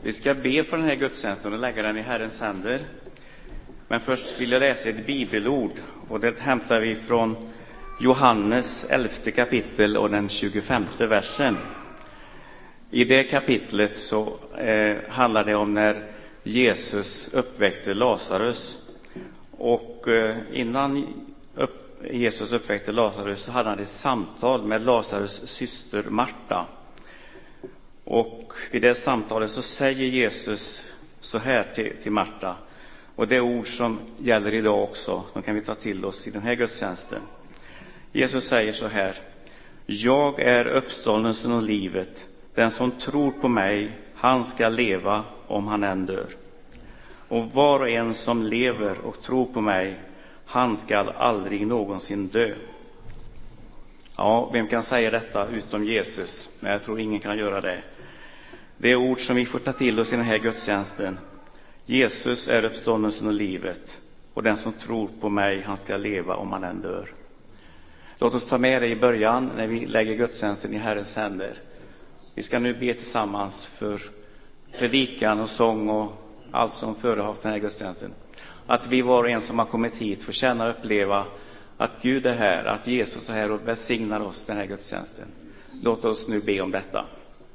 Vi ska be för den här gudstjänsten och lägga den i Herrens händer. Men först vill jag läsa ett bibelord, och det hämtar vi från Johannes 11 kapitel och den 25 versen. I det kapitlet så handlar det om när Jesus uppväckte Lazarus. Och innan Jesus uppväckte Lazarus så hade han ett samtal med Lazarus syster Marta. Och vid det samtalet så säger Jesus så här till Marta. Och det är ord som gäller idag också. De kan vi ta till oss i den här gudstjänsten. Jesus säger så här: jag är uppståndelsen och livet. Den som tror på mig, han ska leva om han än dör. Och var och en som lever och tror på mig, han ska aldrig någonsin dö. Ja, vem kan säga detta utom Jesus? Men jag tror ingen kan göra det. Det är ord som vi får ta till oss i den här gudstjänsten. Jesus är uppståndelsen och livet. Och den som tror på mig, han ska leva om han än dör. Låt oss ta med det i början när vi lägger gudstjänsten i Herrens händer. Vi ska nu be tillsammans för predikan och sång och allt som förehålls den här gudstjänsten. Att vi var och en som har kommit hit får känna och uppleva att Gud är här, att Jesus är här och välsignar oss den här gudstjänsten. Låt oss nu be om detta.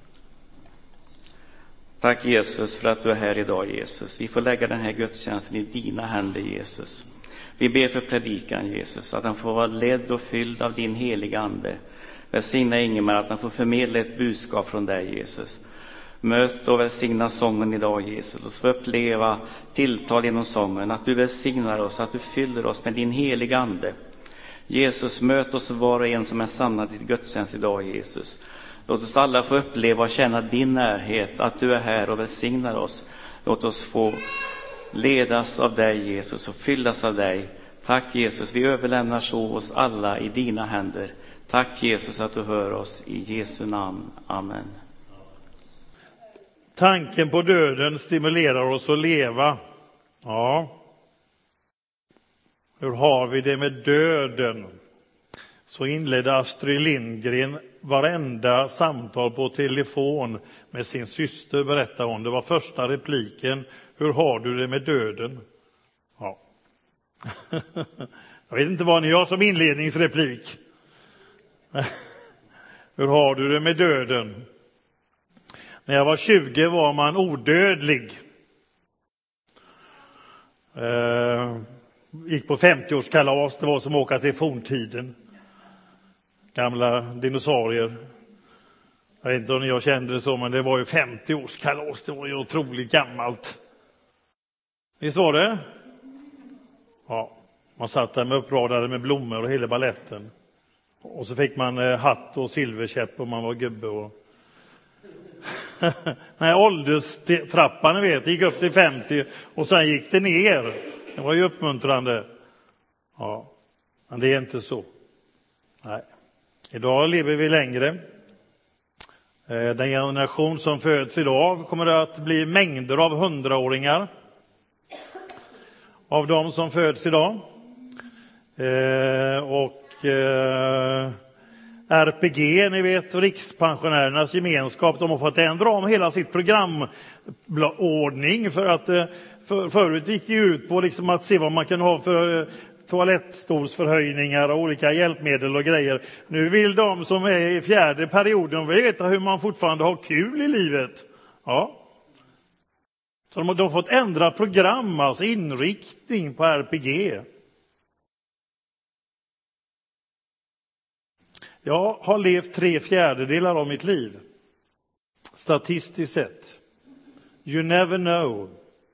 Tack Jesus för att du är här idag, Jesus. Vi får lägga den här gudstjänsten i dina händer, Jesus. Vi ber för predikan, Jesus, att han får vara ledd och fylld av din heliga ande. Välsigna Ingemar att han får förmedla ett budskap från dig, Jesus. Möt och välsigna sången idag, Jesus. Och få uppleva tilltal genom sången. Att du välsignar oss, att du fyller oss med din heliga ande. Jesus, möt oss var och en som är samlad i gudstjänst idag, Jesus. Låt oss alla få uppleva och känna din närhet, att du är här och välsignar oss. Låt oss få ledas av dig, Jesus, och fyllas av dig. Tack Jesus, vi överlämnar så oss alla i dina händer. Tack Jesus att du hör oss, i Jesu namn. Amen. Tanken på döden stimulerar oss att leva. Ja. Hur har vi det med döden? Så inledde Astrid Lindgren varenda samtal på telefon med sin syster, berättar hon. Det var första repliken. Hur har du det med döden? Ja. Jag vet inte vad ni har som inledningsreplik. Hur har du det med döden? När jag var 20 var man odödlig. Gick på 50-årskalas, det var som att åka till forntiden. Gamla dinosaurier. Jag vet inte om jag kände det så, men det var ju 50-årskalas. Det var ju otroligt gammalt. Visst var det? Ja, man satt där med uppradade med blommor och hela balletten. Och så fick man hatt och silverkäpp och man var gubbe. Och nej, ålderstrappan, ni vet, gick upp till 50 och sen gick det ner. Det var ju uppmuntrande. Ja, men det är inte så. Nej. Idag lever vi längre. Den generation som föds idag kommer att bli mängder av 100-åringar. Av de som föds idag. RPG, ni vet, rikspensionärernas gemenskap, de har fått ändra om hela sitt programordning för att förut gick det ut på liksom att se vad man kan ha för toalettstolsförhöjningar och olika hjälpmedel och grejer. Nu vill de som är i fjärde perioden veta hur man fortfarande har kul i livet. Ja. Så de har fått ändra program, alltså inriktning på RPG. Jag har levt 3/4 av mitt liv. Statistiskt sett. You never know.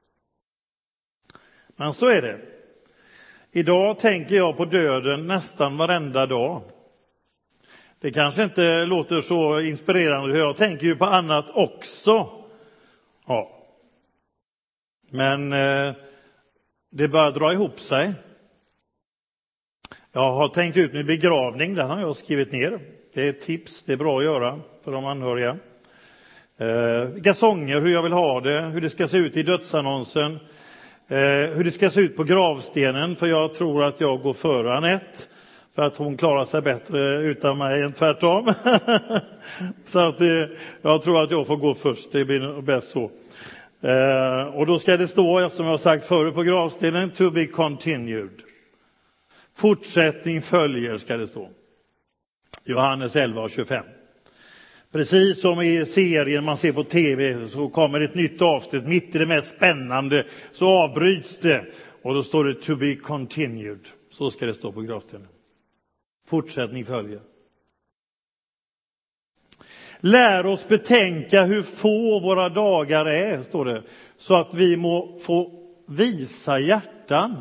Men så är det. Idag tänker jag på döden nästan varenda dag. Det kanske inte låter så inspirerande. Jag tänker ju på annat också. Ja. Men det börjar dra ihop sig. Jag har tänkt ut min begravning, den har jag skrivit ner. Det är ett tips, det är bra att göra för de anhöriga. Vilka sånger, hur jag vill ha det, hur det ska se ut i dödsannonsen. Hur det ska se ut på gravstenen, för jag tror att jag går före Anette. för att hon klarar sig bättre utan mig än tvärtom. Så att jag tror att jag får gå först, det blir bäst så. Och då ska det stå, som jag har sagt förut på gravstenen, to be continued. Fortsättning följer ska det stå. Johannes 11:25. Precis som i serien man ser på tv så kommer ett nytt avsnitt mitt i det mest spännande, så avbryts det och då står det to be continued. Så ska det stå på gravstenen. Fortsättning följer. Lär oss betänka hur få våra dagar är, står det, så att vi må få visa hjärtan.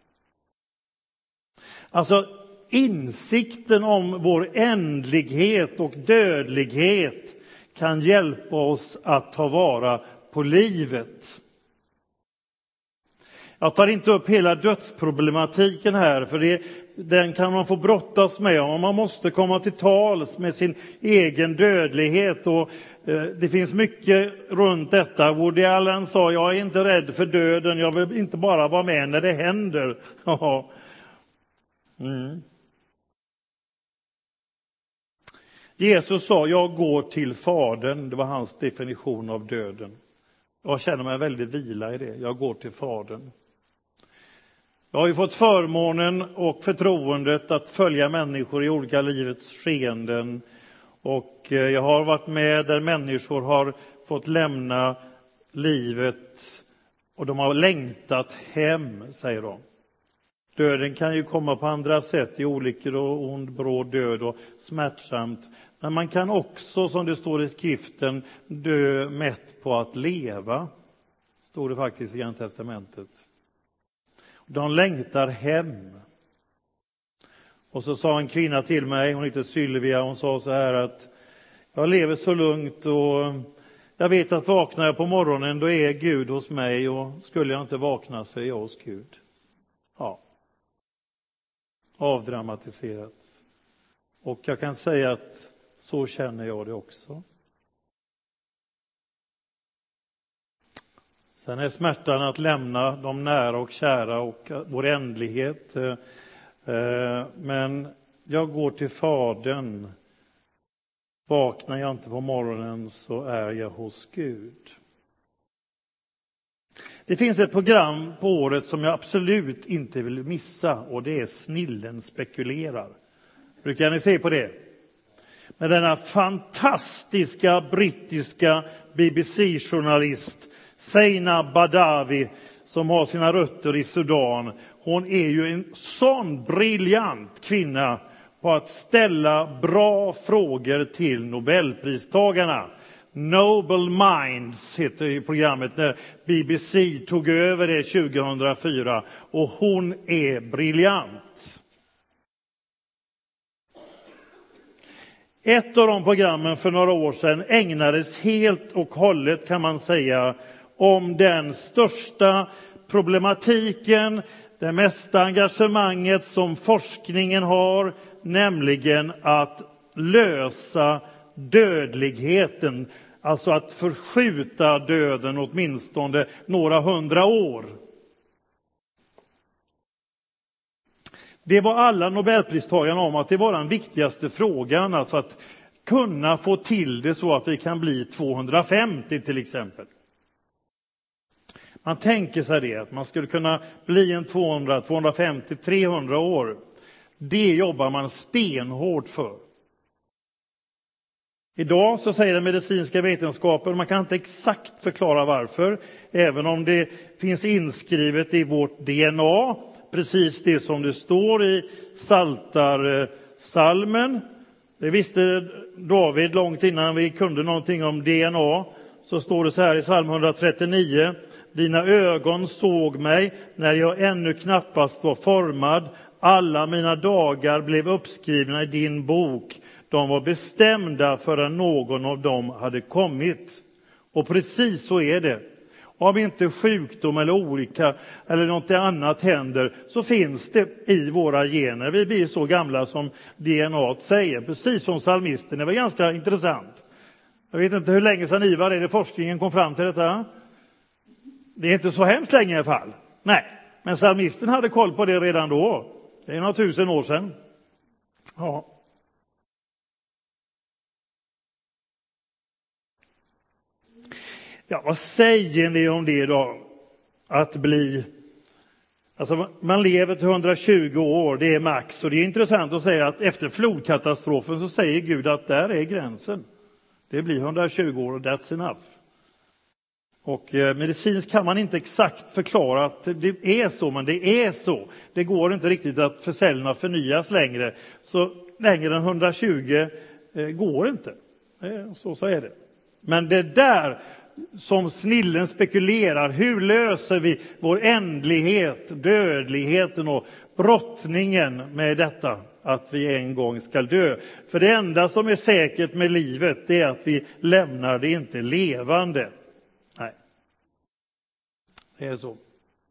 Alltså insikten om vår ändlighet och dödlighet kan hjälpa oss att ta vara på livet. Jag tar inte upp hela dödsproblematiken här, för den kan man få brottas med om. Man måste komma till tals med sin egen dödlighet, och det finns mycket runt detta. Woody Allen sa, jag är inte rädd för döden, jag vill inte bara vara med när det händer. Jesus sa, jag går till Fadern. Det var hans definition av döden. Jag känner mig väldigt vila i det. Jag går till Fadern. Jag har ju fått förmånen och förtroendet att följa människor i olika livets skeenden. Och jag har varit med där människor har fått lämna livet och de har längtat hem, säger de. Döden kan ju komma på andra sätt, i olyckor och ond, bråd död och smärtsamt. Men man kan också, som det står i skriften, dö mätt på att leva. Står det faktiskt i Gamla testamentet. De längtar hem. Och så sa en kvinna till mig, hon heter Sylvia, hon sa så här att jag lever så lugnt och jag vet att vaknar jag på morgonen då är Gud hos mig, och skulle jag inte vakna så är jag hos Gud. Ja. Avdramatiserat. Och jag kan säga att så känner jag det också. Sen är smärtan att lämna de nära och kära och vår ändlighet. Men jag går till Fadern. Vaknar jag inte på morgonen så är jag hos Gud. Det finns ett program på året som jag absolut inte vill missa, och det är Snillen spekulerar. Brukar ni se på det? Med denna fantastiska brittiska BBC-journalist Seinab Badawi som har sina rötter i Sudan. Hon är ju en sån briljant kvinna på att ställa bra frågor till Nobelpristagarna. Noble Minds heter programmet när BBC tog över det 2004, och hon är briljant. Ett av de programmen för några år sedan ägnades helt och hållet, kan man säga, om den största problematiken, det mesta engagemanget som forskningen har, nämligen att lösa dödligheten, alltså att förskjuta döden åtminstone några hundra år. Det var alla Nobelpristagarna om att det var den viktigaste frågan, alltså att kunna få till det så att vi kan bli 250 till exempel. Man tänker sig det, att man skulle kunna bli en 200, 250, 300 år. Det jobbar man stenhårt för. Idag så säger den medicinska vetenskapen, man kan inte exakt förklara varför, även om det finns inskrivet i vårt DNA, precis det som det står i Psaltarpsalmen. Det visste David långt innan vi kunde någonting om DNA. Så står det så här i psalm 139. Dina ögon såg mig när jag ännu knappast var formad. Alla mina dagar blev uppskrivna i din bok. De var bestämda förrän någon av dem hade kommit. Och precis så är det. Om inte sjukdom eller olycka eller något annat händer, så finns det i våra gener. Vi blir så gamla som DNA säger, precis som psalmisten. Det var ganska intressant. Jag vet inte hur länge sedan Ivar är det forskningen kom fram till detta. Det är inte så hemskt länge i alla fall. Nej, men psalmisten hade koll på det redan då. Det är några tusen år sedan. Ja. Ja, vad säger ni om det då? Att bli... Alltså man lever till 120 år, det är max. Och det är intressant att säga att efter flodkatastrofen så säger Gud att där är gränsen. Det blir 120 år och that's enough. Och medicinskt kan man inte exakt förklara att det är så, men det är så. Det går inte riktigt att cellerna förnyas längre. Så längre än 120 går inte. Så är det. Men det där som snillen spekulerar, hur löser vi vår ändlighet, dödligheten och brottningen med detta att vi en gång ska dö. För det enda som är säkert med livet, det är att vi lämnar det inte levande. Nej, det är så.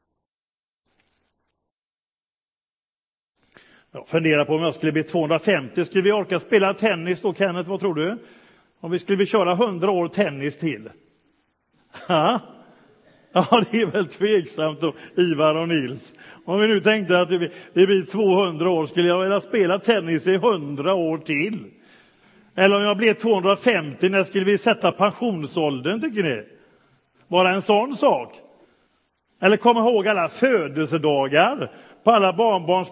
Jag funderar på om jag skulle bli 250. Skulle vi orka spela tennis då, Kenneth? Vad tror du? Om vi skulle köra 100 år tennis till? Ja, det är väl tveksamt då, Ivar och Nils. Om vi nu tänkte att det blir 200 år, skulle jag vilja spela tennis i 100 år till? Eller om jag blev 250, när skulle vi sätta pensionsåldern, tycker ni? Bara en sån sak? Eller kom ihåg alla födelsedagar på alla barnbarns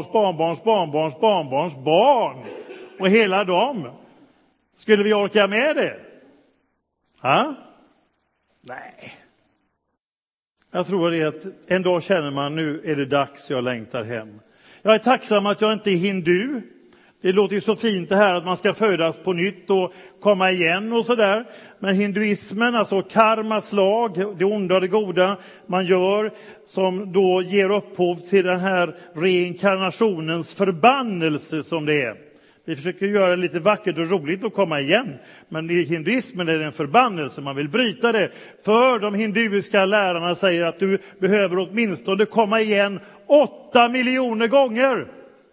barn och hela dem. Skulle vi orka med det? Ja? Nej. Jag tror det att en dag känner man, nu är det dags, jag längtar hem. Jag är tacksam att jag inte är hindu. Det låter ju så fint det här att man ska födas på nytt och komma igen och sådär. Men hinduismen, alltså karmas lag, det onda och det goda man gör, som då ger upphov till den här reinkarnationens förbannelse som det är. Vi försöker göra det lite vackert och roligt att komma igen. Men i hinduismen är det en förbannelse. Man vill bryta det. För de hinduiska lärarna säger att du behöver åtminstone komma igen 8 miljoner gånger.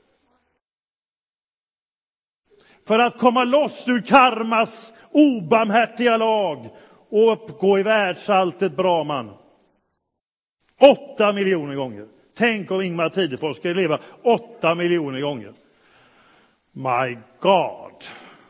För att komma loss ur karmas obarmhärtiga lag och uppgå i världsalltet Brahman. 8 miljoner gånger. Tänk om Ingmar Tidefors skulle leva 8 miljoner gånger. My God.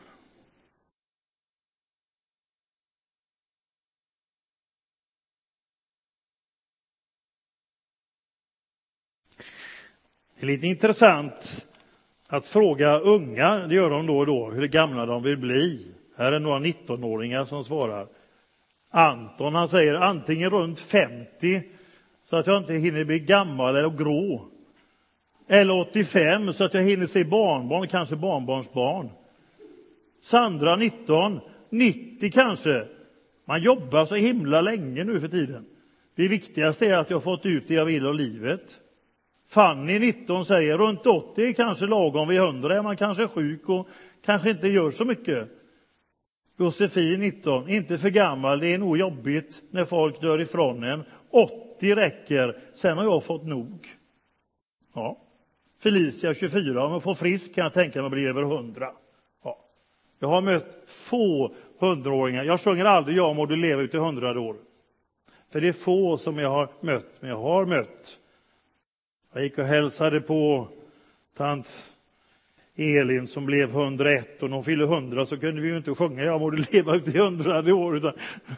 Det är lite intressant att fråga unga, det gör de då och då, hur gamla de vill bli. Här är några 19-åringar som svarar. Anton, han säger antingen runt 50 så att jag inte hinner bli gammal eller grå. Eller 85 så att jag hinner se barnbarn, kanske barnbarnsbarn. Sandra 19, 90 kanske. Man jobbar så himla länge nu för tiden. Det viktigaste är att jag har fått ut det jag vill av livet. Fanny 19 säger runt 80 kanske lagom, vid 100 är man kanske sjuk och kanske inte gör så mycket. Josefin 19, inte för gammal, det är nog jobbigt när folk dör ifrån en. 80 räcker, sen har jag fått nog. Ja. Felicia 24, om jag får frisk kan jag tänka mig att bli över 100. Ja. Jag har mött få 100-åringar. Jag sjunger aldrig jag må du leva ut i 100 år. För det är få som jag har mött, men jag har mött. Jag gick och hälsade på tant Elin som blev 101 och när hon fyllde 100 så kunde vi ju inte sjunga jag må du leva ut i 100 år. Utan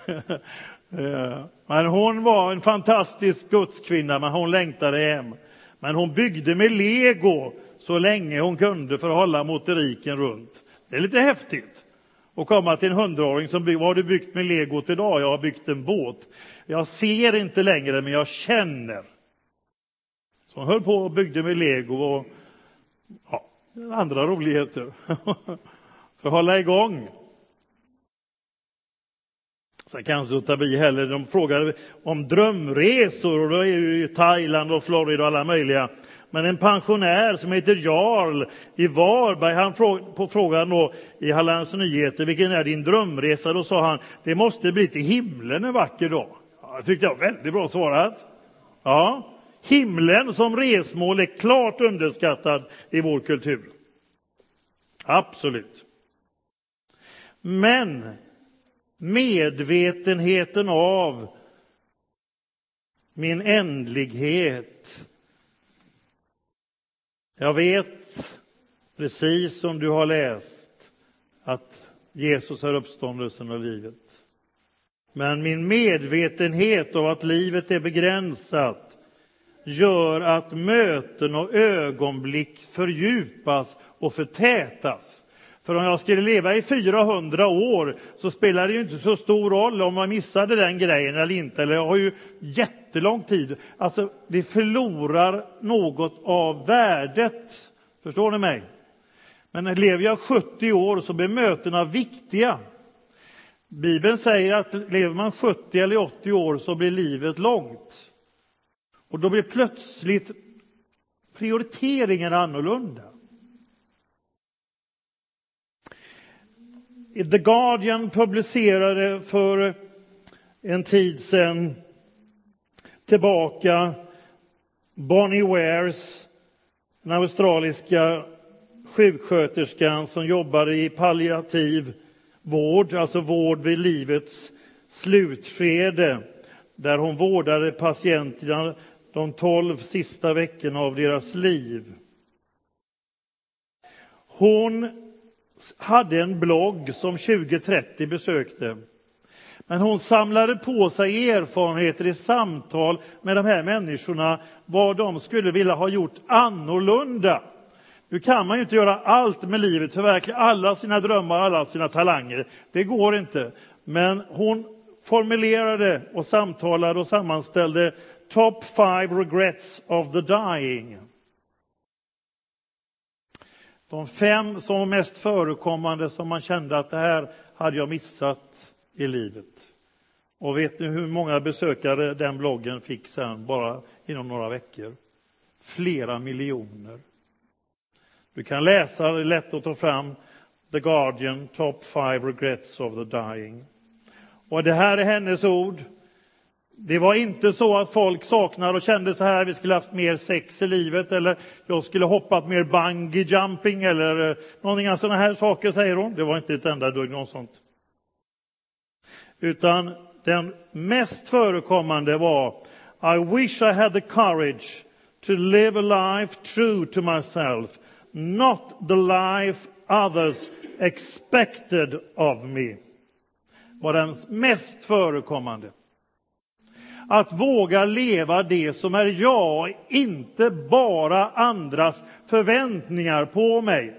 men hon var en fantastisk gudskvinna, men hon längtade hem. Men hon byggde med Lego så länge hon kunde för att hålla motoriken runt. Det är lite häftigt att komma till en 100-åring som vad har du byggt med Lego idag? Jag har byggt en båt. Jag ser inte längre, men jag känner. Så hon höll på och byggde med Lego och ja, andra roligheter för att hålla igång. Sen kanske ta bli heller. De frågade om drömresor och då är det ju Thailand och Florida och alla möjliga. Men en pensionär som heter Jarl i Varberg, han på frågan då i Hallands Nyheter, vilken är din drömresa? Då sa han, det måste bli till himlen en vacker dag. Ja, jag tyckte jag var väldigt bra svarat. Ja, himlen som resmål är klart underskattad i vår kultur. Absolut. Men medvetenheten av min ändlighet. Jag vet Precis som du har läst att Jesus är uppståndelsen och livet. Men min medvetenhet av att livet är begränsat gör att möten och ögonblick fördjupas och förtätas. För om jag skulle leva i 400 år så spelar det ju inte så stor roll om man missade den grejen eller inte. Eller jag har ju jättelång tid. Alltså det förlorar något av värdet. Förstår ni mig? Men lever jag 70 år så blir mötena viktiga. Bibeln säger att lever man 70 eller 80 år så blir livet långt. Och då blir plötsligt prioriteringen annorlunda. The Guardian publicerade för en tid sedan tillbaka Bonnie Wares, den australiska sjuksköterskan som jobbade i palliativ vård, alltså vård vid livets slutskede, där hon vårdade patienterna de 12 sista veckorna av deras liv. Hon hade en blogg som 2030 besökte. Men hon samlade på sig erfarenheter i samtal med de här människorna vad de skulle vilja ha gjort annorlunda. Nu kan man ju inte göra allt med livet, förverkliga alla sina drömmar, alla sina talanger. Det går inte. Men hon formulerade och samtalade och sammanställde Top 5 regrets of the dying. De 5 som var mest förekommande som man kände att det här hade jag missat i livet. Och vet ni hur många besökare den bloggen fick sen bara inom några veckor? Flera miljoner. Du kan läsa, det är lätt att ta fram The Guardian, Top 5 regrets of the dying. Och det här är hennes ord. Det var inte så att folk saknar och kände så här, vi skulle haft mer sex i livet, eller jag skulle hoppat mer bungee jumping eller någonting av sådana här saker, säger hon. Det var inte ett enda dugg något sånt. Utan den mest förekommande var I wish I had the courage to live a life true to myself, not the life others expected of me. Var den mest förekommande. Att våga leva det som är jag, inte bara andras förväntningar på mig.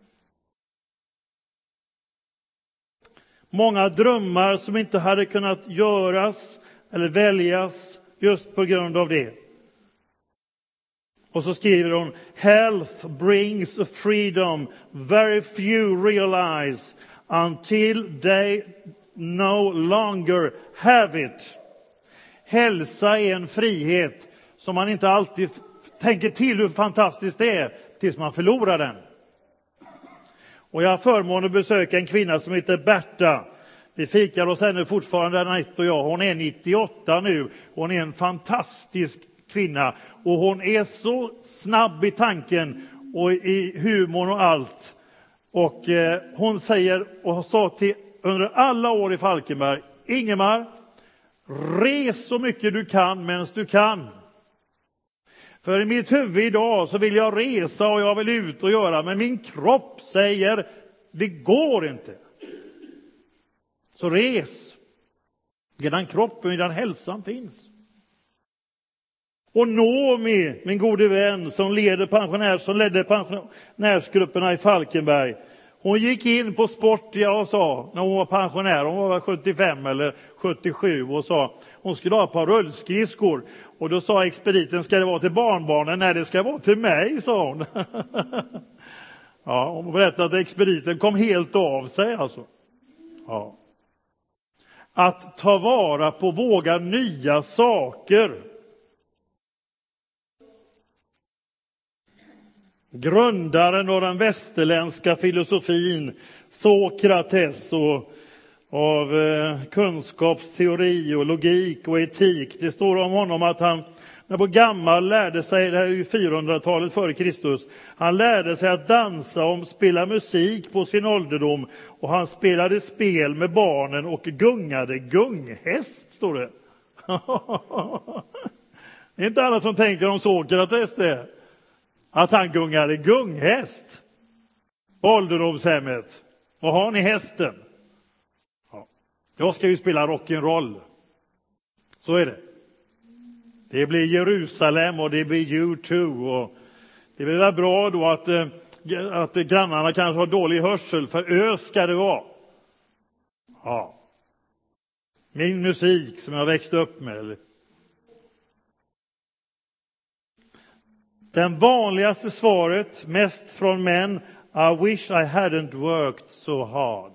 Många drömmar som inte hade kunnat göras eller väljas just på grund av det. Och så skriver hon, health brings a freedom very few realize until they no longer have it. Hälsa är en frihet som man inte alltid tänker till hur fantastiskt det är tills man förlorar den. Och jag har förmånen att besöka en kvinna som heter Berta. Vi fikar hos henne fortfarande, Anette och jag. Hon är 98 nu. Hon är en fantastisk kvinna. Och hon är så snabb i tanken och i humorn och allt. Och hon säger och sa till under alla år i Falkenberg, Ingemar, res så mycket du kan medan du kan. För i mitt huvud idag så vill jag resa och jag vill ut och göra. Men min kropp säger, det går inte. Så res. Medan kroppen, medan hälsan finns. Och Nomi, min gode vän som ledde pensionärsgrupperna i Falkenberg. Hon gick in på Sportia och sa, när hon var pensionär, hon var 75 eller 77 och sa, hon skulle ha ett par rullskridskor. Och då sa expediten, ska det vara till barnbarnen? Nej, det ska vara till mig, sa hon. Ja, hon berättade att expediten kom helt av sig alltså. Ja. Att ta vara på, våga nya saker. Grundaren av den västerländska filosofin, Sokrates, och av kunskapsteori och logik och etik. Det står om honom att han, när han var gammal, lärde sig, det här är ju 400-talet före Kristus, han lärde sig att dansa och spela musik på sin ålderdom. Och han spelade spel med barnen och gungade gunghäst, står det. Det är inte alla som tänker om Sokrates det. Att han gungade gunghäst. ålderdomshemmet. Vad har ni hästen? Ja. Jag ska ju spela rock'n'roll. Så är det. Det blir Jerusalem och det blir U2. Och det blir väl bra då att grannarna kanske har dålig hörsel. För ös ska det vara. Ja. Min musik som jag växte upp med. Den vanligaste svaret, mest från män, I wish I hadn't worked so hard.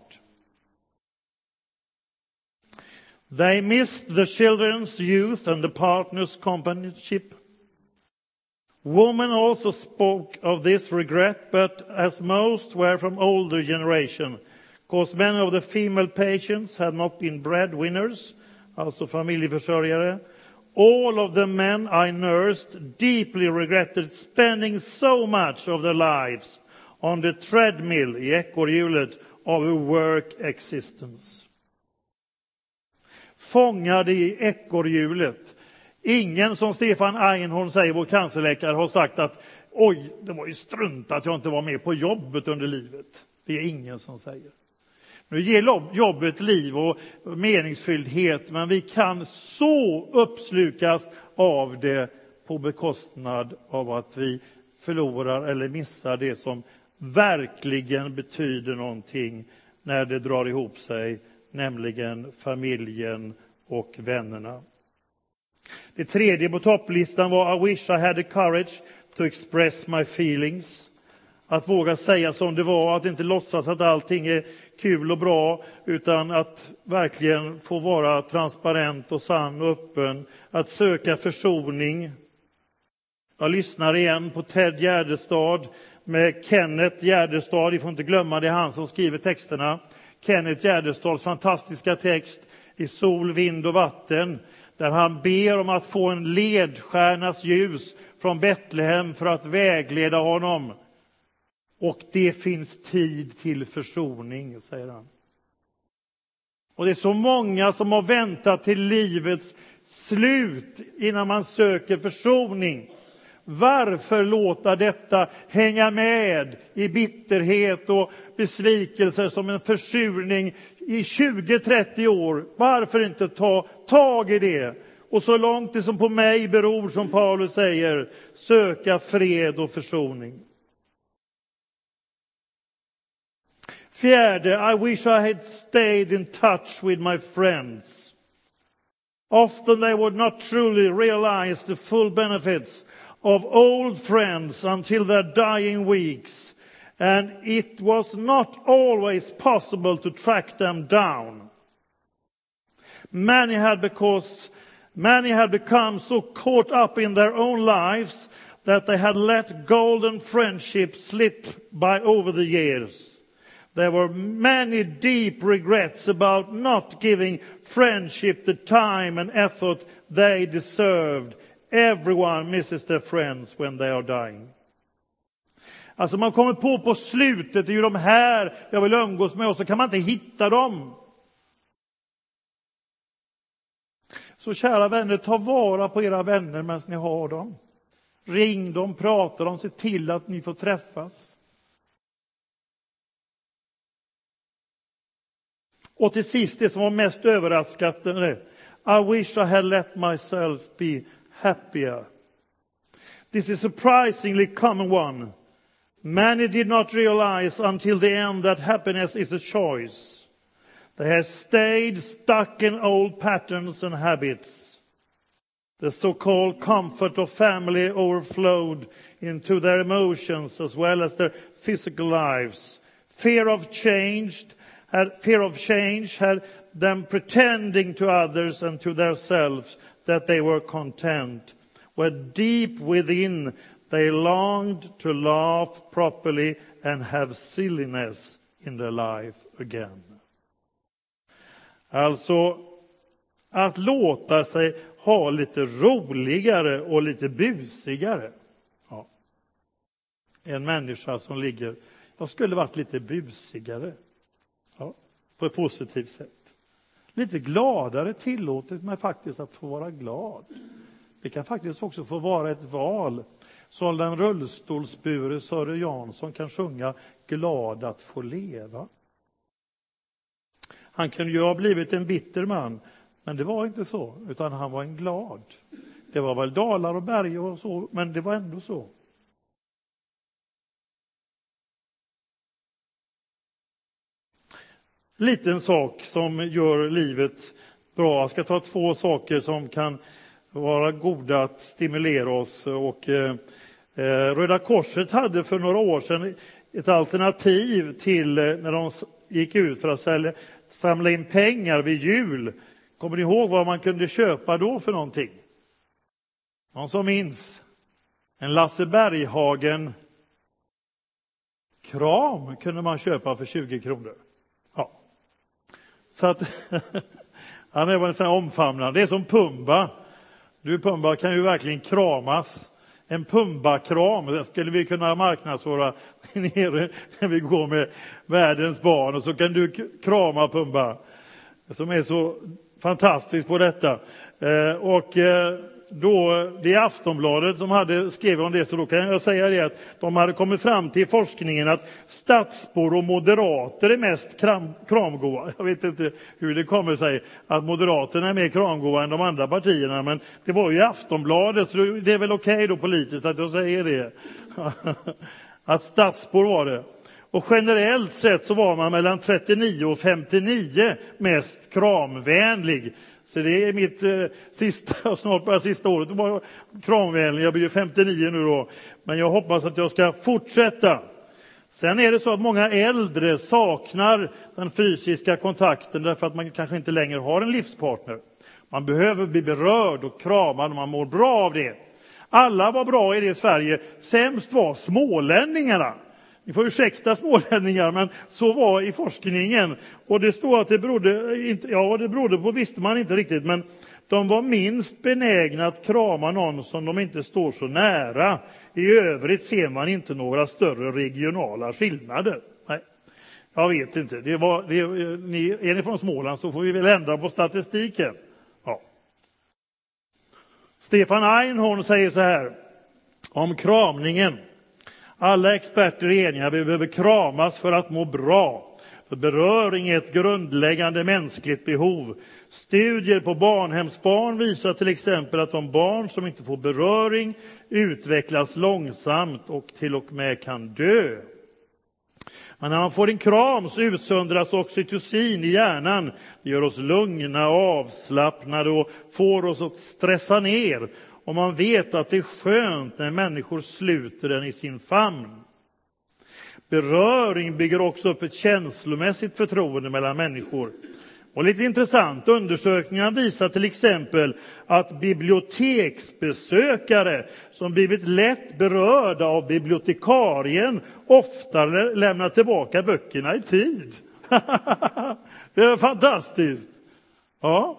They missed the children's youth and the partner's companionship. Women also spoke of this regret, but as most were from older generation, because many of the female patients had not been breadwinners, alltså familjeförsörjare. All of the men I nursed deeply regretted spending so much of their lives on the treadmill, i ekorrhjulet, of a work existence. Fångade i ekorrhjulet. Ingen, som Stefan Einhorn säger, vår cancerläkare, har sagt att oj, det var ju strunt att jag inte var med på jobbet under livet. Det är ingen som säger. Nu ger jobbet liv och meningsfylldhet, men vi kan så uppslukas av det på bekostnad av att vi förlorar eller missar det som verkligen betyder någonting när det drar ihop sig, nämligen familjen och vännerna. Det tredje på topplistan var I wish I had the courage to express my feelings. Att våga säga som det var, att inte låtsas att allting är kul och bra, utan att verkligen få vara transparent och sann och öppen. Att söka försoning. Jag lyssnar igen på Ted Gärdestad med Kenneth Gärdestad. Vi får inte glömma, det är han som skriver texterna. Kenneth Gärdestads fantastiska text I sol, vind och vatten, där han ber om att få en ledstjärnas ljus från Betlehem för att vägleda honom. Och det finns tid till försoning, säger han. Och det är så många som har väntat till livets slut innan man söker försoning. Varför låta detta hänga med i bitterhet och besvikelser som en försurning i 20-30 år? Varför inte ta tag i det? Och så långt det som på mig beror, som Paulus säger, söka fred och försoning. Fjärde, I wish I had stayed in touch with my friends. Often they would not truly realize the full benefits of old friends until their dying weeks. And it was not always possible to track them down. Many had become so caught up in their own lives that they had let golden friendships slip by over the years. There were many deep regrets about not giving friendship the time and effort they deserved. Everyone misses their friends when they are dying. Alltså man kommer på slutet, det är ju de här jag vill umgås med, och så kan man inte hitta dem. Så kära vänner, ta vara på era vänner medan ni har dem. Ring dem, prata dem, se till att ni får träffas. Och till sist, det som var mest överraskande, I wish I had let myself be happier. This is a surprisingly common one. Many did not realize until the end that happiness is a choice. They have stayed stuck in old patterns and habits. The so-called comfort of family overflowed into their emotions as well as their physical lives. Fear of change had them pretending to others and to themselves that they were content, where deep within they longed to laugh properly and have silliness in their life again. Alltså, att låta sig ha lite roligare och lite busigare. Ja. En människa som ligger, jag skulle varit lite busigare. Ja, på ett positivt sätt. Lite gladare, tillåtet mig faktiskt att få vara glad. Det kan faktiskt också få vara ett val. Så den rullstolsbure Sören Jansson kan sjunga glad att få leva. Han kunde ju ha blivit en bitter man, men det var inte så, utan han var en glad. Det var väl dalar och berg och så, men det var ändå så. Liten sak som gör livet bra. Jag ska ta 2 saker som kan vara goda att stimulera oss. Och, Röda Korset hade för några år sedan ett alternativ till när de gick ut för att samla in pengar vid jul. Kommer ni ihåg vad man kunde köpa då för någonting? Någon som minns? En Lasse Berghagen kram kunde man köpa för 20 kronor. Ja. Så att han är bara en sån här omfamnande. Det är som Pumba. Du Pumba kan ju verkligen kramas. En Pumba-kram, den skulle vi kunna marknadsföra nere när vi går med världens barn. Och så kan du krama Pumba, som är så fantastiskt på detta. Då, det är Aftonbladet som hade skrivit om det, så då kan jag säga det att de hade kommit fram till forskningen att stadsbor och moderater är mest kramgoa. Jag vet inte hur det kommer sig att moderaterna är mer kramgoa än de andra partierna, men det var ju Aftonbladet, så det är väl okej då politiskt att jag säger det. Att stadsbor var det. Och generellt sett så var man mellan 39 och 59 mest kramvänlig. Så det är mitt snart bara sista året att vara kramvänlig. Jag blir ju 59 nu då. Men jag hoppas att jag ska fortsätta. Sen är det så att många äldre saknar den fysiska kontakten därför att man kanske inte längre har en livspartner. Man behöver bli berörd och kramad och man mår bra av det. Alla var bra i det i Sverige. Sämst var smålänningarna. Ni får ursäkta smålänningar, men så var i forskningen. Och det står att det berodde på, visste man inte riktigt, men de var minst benägna att krama någon som de inte står så nära. I övrigt ser man inte några större regionala skillnader. Nej, jag vet inte. Är ni från Småland så får vi väl ändra på statistiken. Ja. Stefan Einhorn säger så här om kramningen. Alla experter är eniga, vi behöver kramas för att må bra. För beröring är ett grundläggande mänskligt behov. Studier på barnhemsbarn visar till exempel att de barn som inte får beröring utvecklas långsamt och till och med kan dö. Men när man får en kram så utsöndras oxytocin i hjärnan. Det gör oss lugna, avslappnade och får oss att stressa ner. Och man vet att det är skönt när människor sluter den i sin famn. Beröring bygger också upp ett känslomässigt förtroende mellan människor. Och lite intressant, undersökningar visar till exempel att biblioteksbesökare som blivit lätt berörda av bibliotekarien oftare lämnar tillbaka böckerna i tid. Det är fantastiskt. Ja.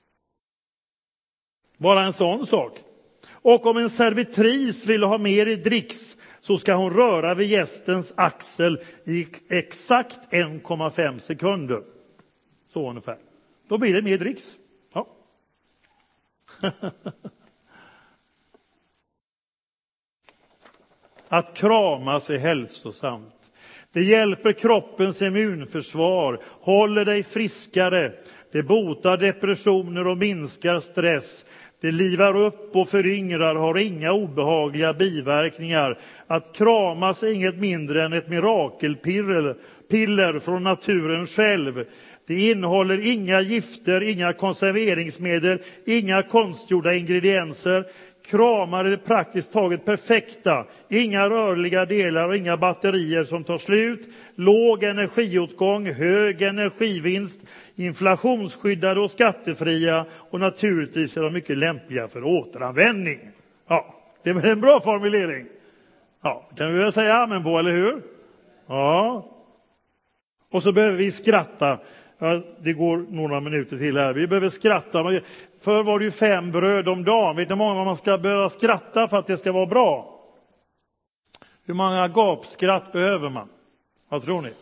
Bara en sån sak. Och om en servitris vill ha mer i dricks så ska hon röra vid gästens axel i exakt 1,5 sekunder. Så ungefär. Då blir det mer dricks. Ja. Att kramas är hälsosamt. Det hjälper kroppens immunförsvar, håller dig friskare. Det botar depressioner och minskar stress. Det livar upp och föryngrar, har inga obehagliga biverkningar. Att kramas är inget mindre än ett mirakelpiller från naturen själv. Det innehåller inga gifter, inga konserveringsmedel, inga konstgjorda ingredienser. Kramar är praktiskt taget perfekta. Inga rörliga delar och inga batterier som tar slut. Låg energiåtgång, hög energivinst, inflationsskyddade och skattefria. Och naturligtvis är de mycket lämpliga för återanvändning. Ja, det är väl en bra formulering. Ja, kan vi väl säga amen på, eller hur? Ja. Och så behöver vi skratta. Ja, det går några minuter till här. Vi behöver skratta. Förr var det ju 5 bröd om dagen. Vet ni hur många man ska behöva skratta för att det ska vara bra? Hur många gapskratt behöver man? Vad tror ni?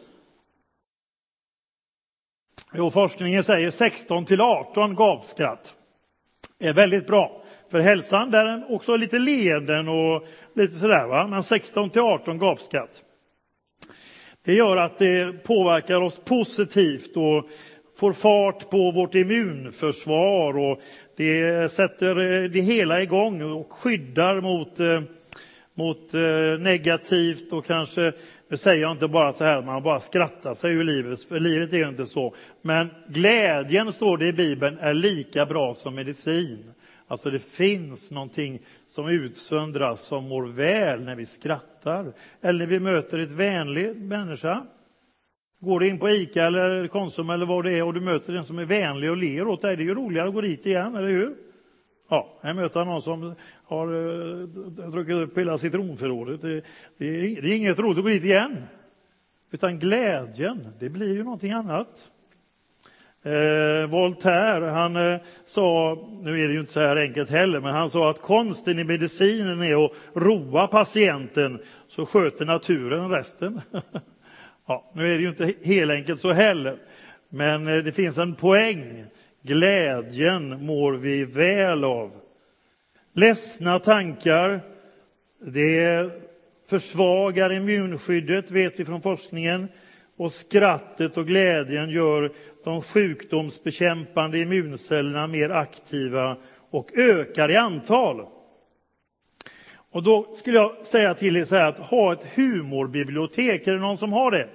Jo, forskningen säger 16 till 18 gapskratt. Det är väldigt bra. För hälsan där är också lite leenden och lite sådär, va? Men 16 till 18 gapskratt. Det gör att det påverkar oss positivt och får fart på vårt immunförsvar, och det sätter det hela igång och skyddar mot negativt. Och kanske, det säger jag inte bara så här att man bara skrattar sig ur livet, för livet är ju inte så. Men glädjen, står det i Bibeln, är lika bra som medicin. Alltså det finns någonting som utsöndras som mår väl när vi skrattar. Eller när vi möter ett vänlig människa. Går du in på Ica eller Konsum eller vad det är och du möter en som är vänlig och ler åt dig, det är ju roligare att gå dit igen, eller hur? Ja, jag möter någon som har druckit upp hela citronförrådet. Det är inget roligt att gå dit igen. Utan glädjen, det blir ju någonting annat. Voltaire, han sa, nu är det ju inte så här enkelt heller, men han sa att konsten i medicinen är att roa patienten, så sköter naturen resten. Ja, nu är det ju inte helt enkelt så heller, men det finns en poäng. Glädjen mår vi väl av. Ledsna tankar, det försvagar immunskyddet, vet vi från forskningen. Och skrattet och glädjen gör de sjukdomsbekämpande immuncellerna mer aktiva och ökar i antal. Och då skulle jag säga till er så här, att ha ett humorbibliotek. Är det någon som har det?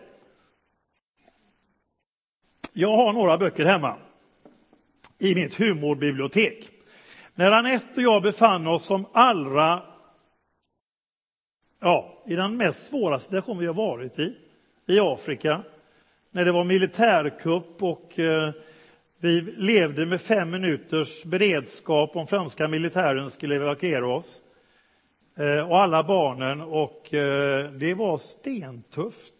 Jag har några böcker hemma i mitt humorbibliotek. När Anette och jag befann oss som allra, i den mest svåra situation vi har varit i Afrika, när det var militärkupp och vi levde med 5 minuters beredskap om franska militären skulle evakuera oss, och alla barnen, och det var stentufft.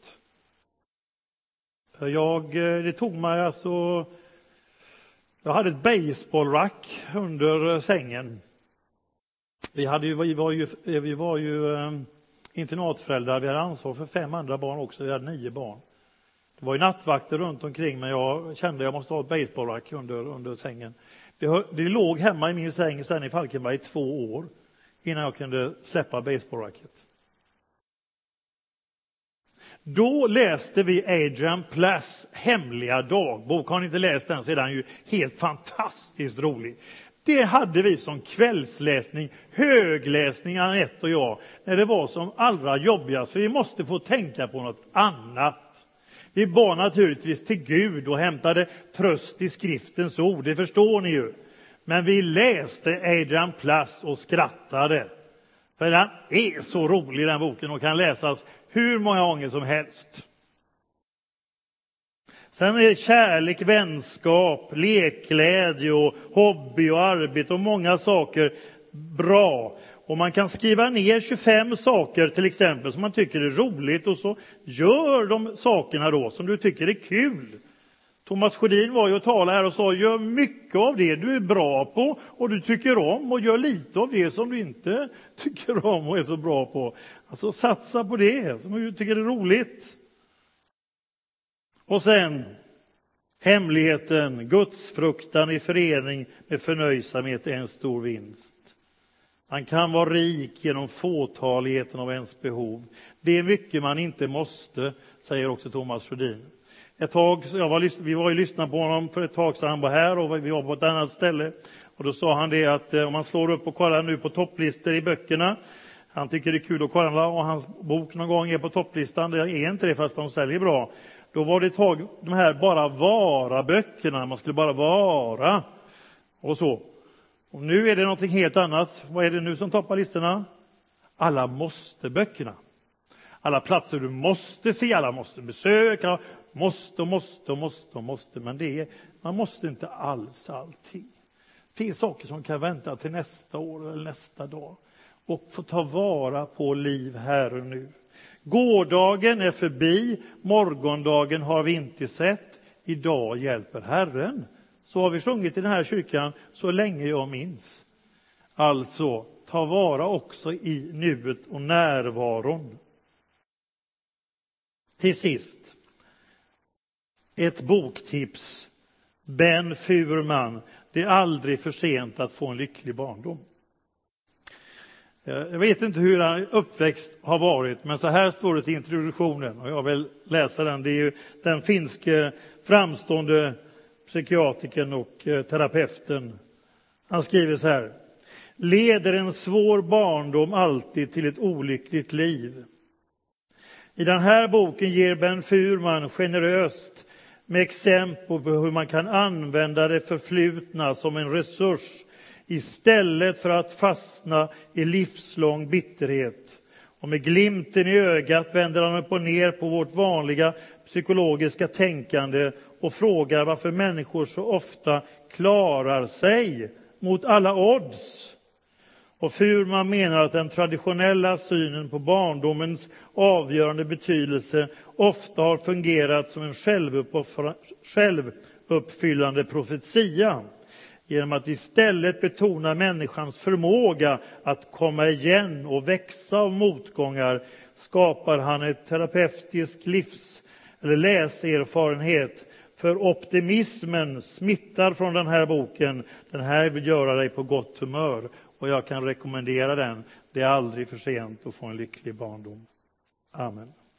Det tog mig alltså, jag hade ett baseballrack under sängen. Vi var ju internatföräldrar, vi hade ansvar för 5 andra barn också, vi hade 9 barn. Det var ju nattvakter runt omkring, men jag kände att jag måste ha ett baseballrack under sängen. Det låg hemma i min säng sedan i Falkenberg i 2 år innan jag kunde släppa baseballracket. Då läste vi Adrian Plass hemliga dagbok. Har ni inte läst den så är den ju helt fantastiskt rolig. Det hade vi som kvällsläsning, högläsning, Anette och jag, när det var som allra jobbigast. För vi måste få tänka på något annat. Vi bad naturligtvis till Gud och hämtade tröst i skriftens ord, det förstår ni ju. Men vi läste Adrian Plass och skrattade. För den är så rolig, den boken, och kan läsas hur många gånger som helst. Sen är det kärlek, vänskap, lekglädje och hobby och arbete och många saker bra. Och man kan skriva ner 25 saker till exempel som man tycker är roligt, och så gör de sakerna då som du tycker är kul. Thomas Sjödin var ju och talade här och sa, gör mycket av det du är bra på och du tycker om, och gör lite av det som du inte tycker om och är så bra på. Alltså satsa på det som du tycker är roligt. Och sen hemligheten, gudsfruktan i förening med förnöjsamhet är en stor vinst. Man kan vara rik genom fåtaligheten av ens behov. Det är mycket man inte måste, säger också Thomas Sjödin. Vi var ju lyssnade på honom för ett tag sedan, han var här och vi var på ett annat ställe. Och då sa han det att om man slår upp och kollar nu på topplistor i böckerna, han tycker det är kul att kolla och hans bok någon gång är på topplistan, det är inte det fast de säljer bra. Då var det tag de här bara vara-böckerna, man skulle bara vara och så. Och nu är det någonting helt annat. Vad är det nu som toppar listorna? Alla måste-böckerna. Alla platser du måste se, alla måste besöka, måste. Men man måste inte alls allting. Det finns saker som kan vänta till nästa år eller nästa dag. Och få ta vara på liv här och nu. Gårdagen är förbi, morgondagen har vi inte sett. Idag hjälper Herren. Så har vi sjungit i den här kyrkan så länge jag minns. Alltså, ta vara också i nuet och närvaron. Till sist, ett boktips. Ben Furman, det är aldrig för sent att få en lycklig barndom. Jag vet inte hur han uppväxt har varit, men så här står det i introduktionen, och jag vill läsa den. Det är ju den finske framstående psykiatrikern och terapeuten. Han skriver så här: leder en svår barndom alltid till ett olyckligt liv? I den här boken ger Ben Furman generöst med exempel på hur man kan använda det förflutna som en resurs istället för att fastna i livslång bitterhet. Och med glimten i ögat vänder han upp och ner på vårt vanliga psykologiska tänkande och frågar varför människor så ofta klarar sig mot alla odds. Och Furman menar att den traditionella synen på barndomens avgörande betydelse ofta har fungerat som en självuppfyllande profetia. Genom att istället betona människans förmåga att komma igen och växa av motgångar skapar han ett terapeutisk eller läserfarenhet. För optimismen smittar från den här boken. Den här vill göra dig på gott humör. Och jag kan rekommendera den. Det är aldrig för sent att få en lycklig barndom. Amen.